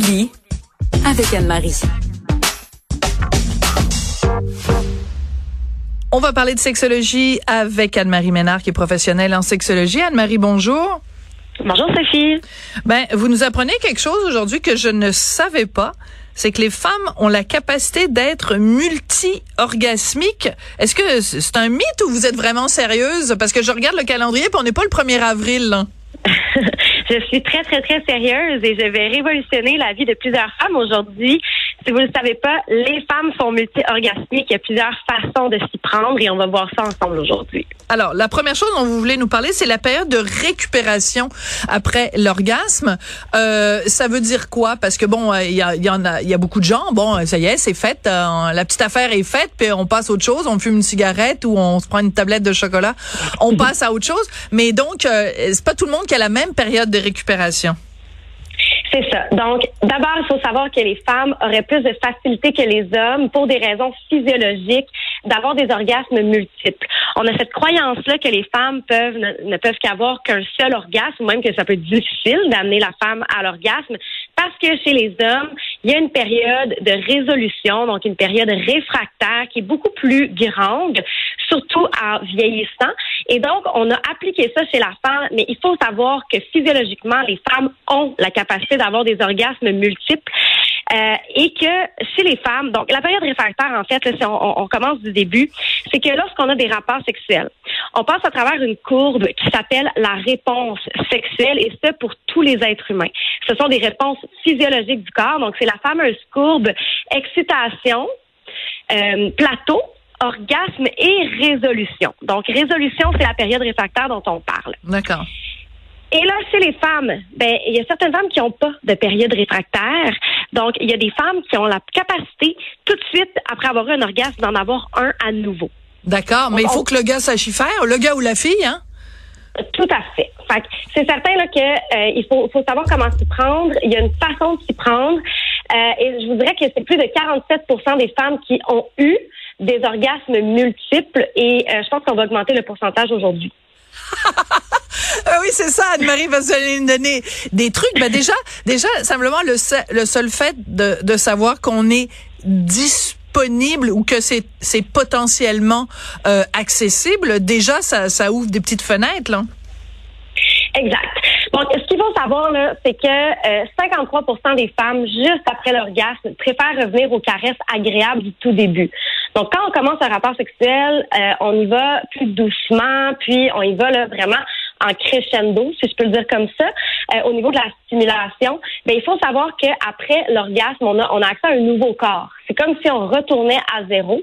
vie avec Anne-Marie. On va parler de sexologie avec Anne-Marie Ménard, qui est professionnelle en sexologie. Anne-Marie, bonjour. Bonjour Sophie. Vous nous apprenez quelque chose aujourd'hui que je ne savais pas. C'est que les femmes ont la capacité d'être multi-orgasmiques. Est-ce que c'est un mythe ou vous êtes vraiment sérieuse? Parce que je regarde le calendrier et on n'est pas le 1er avril, là. Je suis très, très, très sérieuse et je vais révolutionner la vie de plusieurs femmes aujourd'hui. Si vous ne le savez pas, les femmes sont multi-orgasmiques. Il y a plusieurs façons de s'y prendre et on va voir ça ensemble aujourd'hui. Alors, la première chose dont vous voulez nous parler, c'est la période de récupération après l'orgasme. Ça veut dire quoi? Parce que bon, il y a beaucoup de gens. Bon, ça y est, c'est fait. La petite affaire est faite, puis on passe à autre chose. On fume une cigarette ou on se prend une tablette de chocolat. On passe à autre chose. Mais donc, c'est pas tout le monde qui a la même période de récupération. C'est ça. Donc, d'abord, il faut savoir que les femmes auraient plus de facilité que les hommes pour des raisons physiologiques d'avoir des orgasmes multiples. On a cette croyance-là que les femmes ne peuvent qu'avoir qu'un seul orgasme, ou même que ça peut être difficile d'amener la femme à l'orgasme, parce que chez les hommes, il y a une période de résolution, donc une période réfractaire qui est beaucoup plus grande, surtout en vieillissant. Et donc, on a appliqué ça chez la femme, mais il faut savoir que physiologiquement, les femmes ont la capacité d'avoir des orgasmes multiples. Et que chez les femmes, donc la période réfractaire, en fait, là, si on commence du début, c'est que lorsqu'on a des rapports sexuels, on passe à travers une courbe qui s'appelle la réponse sexuelle, et ça pour tous les êtres humains. Ce sont des réponses physiologiques du corps, donc c'est la fameuse courbe excitation, plateau, orgasme et résolution. Donc résolution, c'est la période réfractaire dont on parle. D'accord. Et là, chez les femmes, il y a certaines femmes qui n'ont pas de période réfractaire. Donc, il y a des femmes qui ont la capacité, tout de suite, après avoir eu un orgasme, d'en avoir un à nouveau. D'accord, mais il faut que le gars sache y faire, le gars ou la fille, hein? Tout à fait. Fait que c'est certain là que il faut savoir comment s'y prendre. Il y a une façon de s'y prendre. Et je vous dirais que c'est plus de 47% des femmes qui ont eu des orgasmes multiples. Et je pense qu'on va augmenter le pourcentage aujourd'hui. Oui, c'est ça, Anne-Marie, parce que vous allez me donner des trucs. Déjà, simplement, le seul fait de savoir qu'on est disponible ou que c'est potentiellement accessible, déjà, ça ouvre des petites fenêtres, là. Exact. Donc, ce qu'il faut savoir, là, c'est que 53% des femmes, juste après l'orgasme, préfèrent revenir aux caresses agréables du tout début. Donc, quand on commence un rapport sexuel, on y va plus doucement, puis on y va là, vraiment en crescendo, si je peux le dire comme ça, au niveau de la stimulation. Il faut savoir qu'après l'orgasme, on a accès à un nouveau corps. C'est comme si on retournait à zéro.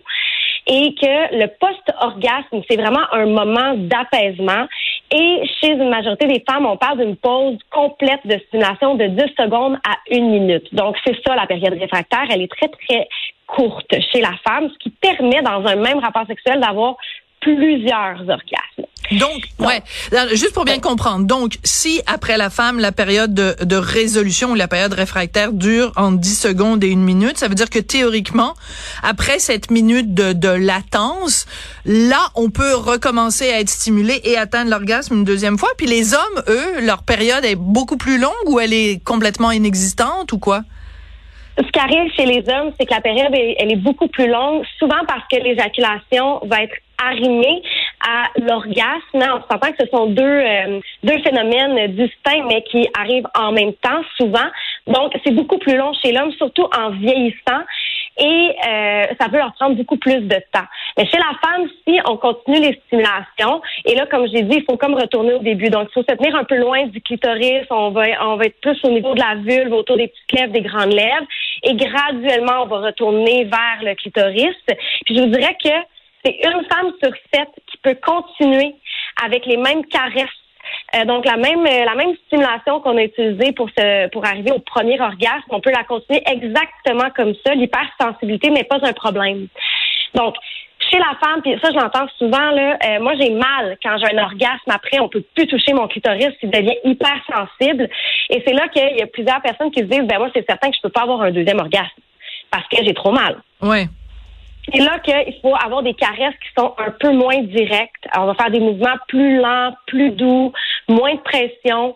Et que le post-orgasme, c'est vraiment un moment d'apaisement. Et chez une majorité des femmes, on parle d'une pause complète de stimulation de 10 secondes à 1 minute. Donc, c'est ça la période réfractaire. Elle est très, très courte chez la femme, ce qui permet, dans un même rapport sexuel, d'avoir plusieurs orgasmes. Donc, ouais, juste pour bien comprendre. Donc, si après la femme, la période de résolution ou la période réfractaire dure entre 10 secondes et 1 minute, ça veut dire que théoriquement, après cette minute de latence, là, on peut recommencer à être stimulé et atteindre l'orgasme une deuxième fois. Puis les hommes, eux, leur période est beaucoup plus longue ou elle est complètement inexistante ou quoi? Ce qui arrive chez les hommes, c'est que la période, elle est beaucoup plus longue, souvent parce que l'éjaculation va être arrimée à l'orgasme. On s'entend que ce sont deux phénomènes distincts, mais qui arrivent en même temps, souvent. Donc, c'est beaucoup plus long chez l'homme, surtout en vieillissant. Et ça peut leur prendre beaucoup plus de temps. Mais chez la femme, si on continue les stimulations, et là, comme j'ai dit, il faut comme retourner au début. Donc, il faut se tenir un peu loin du clitoris. On va être plus au niveau de la vulve, autour des petites lèvres, des grandes lèvres. Et graduellement, on va retourner vers le clitoris. Puis, je vous dirais que c'est une femme sur 7 qui peut continuer avec les mêmes caresses. Donc, la même stimulation qu'on a utilisée pour arriver au premier orgasme, on peut la continuer exactement comme ça. L'hypersensibilité n'est pas un problème. Donc, chez la femme, puis ça, je l'entends souvent, là, moi, j'ai mal quand j'ai un orgasme. Après, on peut plus toucher mon clitoris, il devient hypersensible. Et c'est là qu'il y a plusieurs personnes qui se disent, moi, c'est certain que je peux pas avoir un deuxième orgasme parce que j'ai trop mal. Oui. C'est là qu'il faut avoir des caresses qui sont un peu moins directes. On va faire des mouvements plus lents, plus doux, moins de pression.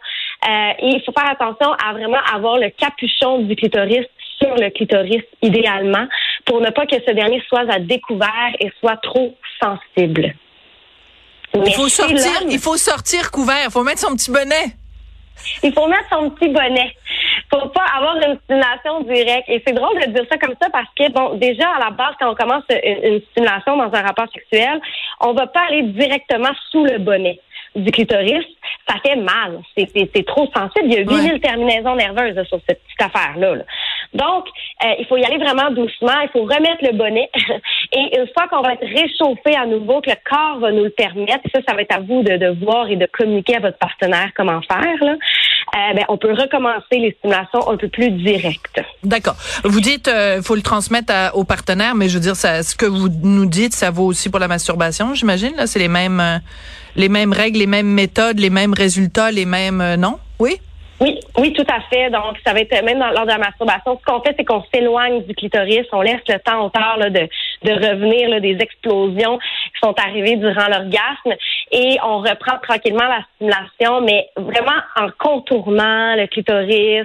Et il faut faire attention à vraiment avoir le capuchon du clitoris sur le clitoris, idéalement, pour ne pas que ce dernier soit à découvert et soit trop sensible. Il faut sortir couvert, il faut mettre son petit bonnet. Il faut mettre son petit bonnet. Faut pas avoir une stimulation directe. Et c'est drôle de dire ça comme ça parce que, bon, déjà, à la base, quand on commence une stimulation dans un rapport sexuel, on va pas aller directement sous le bonnet du clitoris. Ça fait mal. C'est trop sensible. Il y a 8000 terminaisons nerveuses là, sur cette petite affaire-là. Là. Donc, il faut y aller vraiment doucement. Il faut remettre le bonnet. Et une fois qu'on va être réchauffé à nouveau, que le corps va nous le permettre, ça va être à vous de voir et de communiquer à votre partenaire comment faire, là. On peut recommencer les stimulations un peu plus directes. D'accord. Vous dites faut le transmettre au partenaire, mais je veux dire, ce que vous nous dites, ça vaut aussi pour la masturbation, j'imagine. Là, c'est les mêmes règles, les mêmes méthodes, les mêmes résultats, les mêmes non? Oui? Oui, tout à fait. Donc, ça va être même lors de la masturbation. Ce qu'on fait, c'est qu'on s'éloigne du clitoris. On laisse le temps au corps là, de revenir là, des explosions qui sont arrivées durant l'orgasme. Et on reprend tranquillement la stimulation, mais vraiment en contournant le clitoris.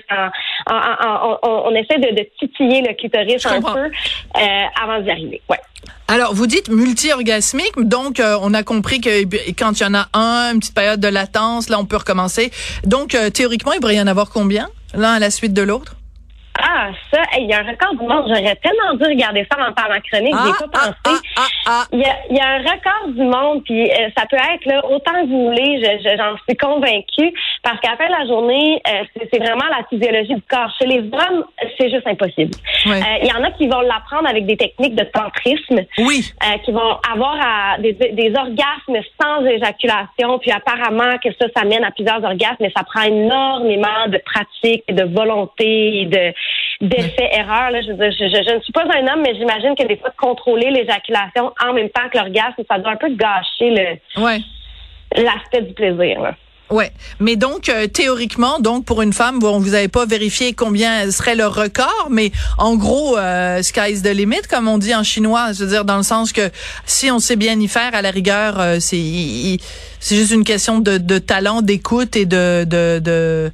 On essaie de titiller le clitoris un peu avant d'y arriver. Ouais. Alors, vous dites multi-orgasmique, donc on a compris que quand il y en a une petite période de latence, là, on peut recommencer. Donc, théoriquement, il devrait y en avoir combien, l'un à la suite de l'autre? Ah, ça, il y a un record du monde. J'aurais tellement dû regarder ça dans ma chronique. J'y ai pas pensé. Il y a un record du monde, puis ça peut être là autant que vous voulez. J'en suis convaincue, parce qu'à la fin de la journée, c'est vraiment la physiologie du corps. Chez les hommes, c'est juste impossible. Il y en a qui vont l'apprendre avec des techniques de tantrisme, qui vont avoir des orgasmes sans éjaculation, puis apparemment que ça mène à plusieurs orgasmes, mais ça prend énormément de pratique, de volonté, d'essais-erreurs. Là. Je ne suis pas un homme, mais j'imagine que des fois, de contrôler l'éjaculation en même temps que l'orgasme, ça doit un peu gâcher l'aspect du plaisir. Là. Ouais, mais donc théoriquement, donc pour une femme, bon, vous avez pas vérifié combien serait le record, mais en gros, sky's the limit, comme on dit en chinois, je veux dire dans le sens que si on sait bien y faire, à la rigueur, c'est juste une question de talent, d'écoute et de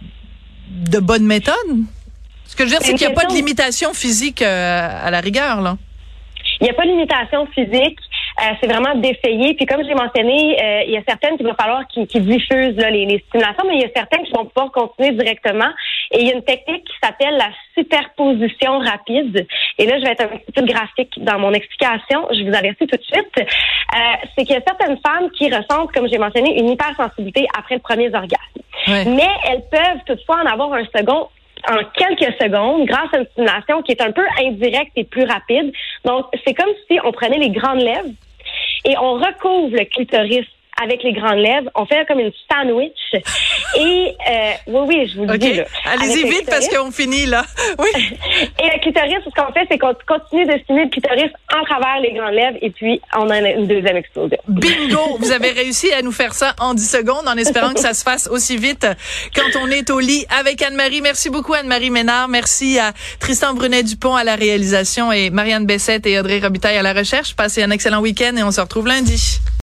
bonne méthode. Ce que je veux dire, c'est qu'il n'y a pas de limitation physique à la rigueur, là. Il n'y a pas de limitation physique. C'est vraiment d'essayer. Puis comme j'ai mentionné, il y a certaines qu'il va falloir qui diffusent là, les stimulations, mais il y a certaines qui vont pouvoir continuer directement. Et il y a une technique qui s'appelle la superposition rapide. Et là, je vais être un petit peu graphique dans mon explication. Je vous avertis tout de suite. C'est qu'il y a certaines femmes qui ressentent, comme j'ai mentionné, une hypersensibilité après le premier orgasme. Mais elles peuvent toutefois en avoir un second en quelques secondes grâce à une stimulation qui est un peu indirecte et plus rapide. Donc, c'est comme si on prenait les grandes lèvres et on recouvre le clitoris avec les grandes lèvres. On fait comme une sandwich. Et, oui, je vous le dis. Là, allez-y vite parce qu'on finit, là. Oui. Et le clitoris, ce qu'on fait, c'est qu'on continue de stimuler le clitoris en travers les grandes lèvres et puis on a une deuxième explosion. Bingo! Vous avez réussi à nous faire ça en 10 secondes en espérant que ça se fasse aussi vite quand on est au lit avec Anne-Marie. Merci beaucoup, Anne-Marie Ménard. Merci à Tristan Brunet-Dupont à la réalisation et Marianne Bessette et Audrey Robitaille à la recherche. Passez un excellent week-end et on se retrouve lundi.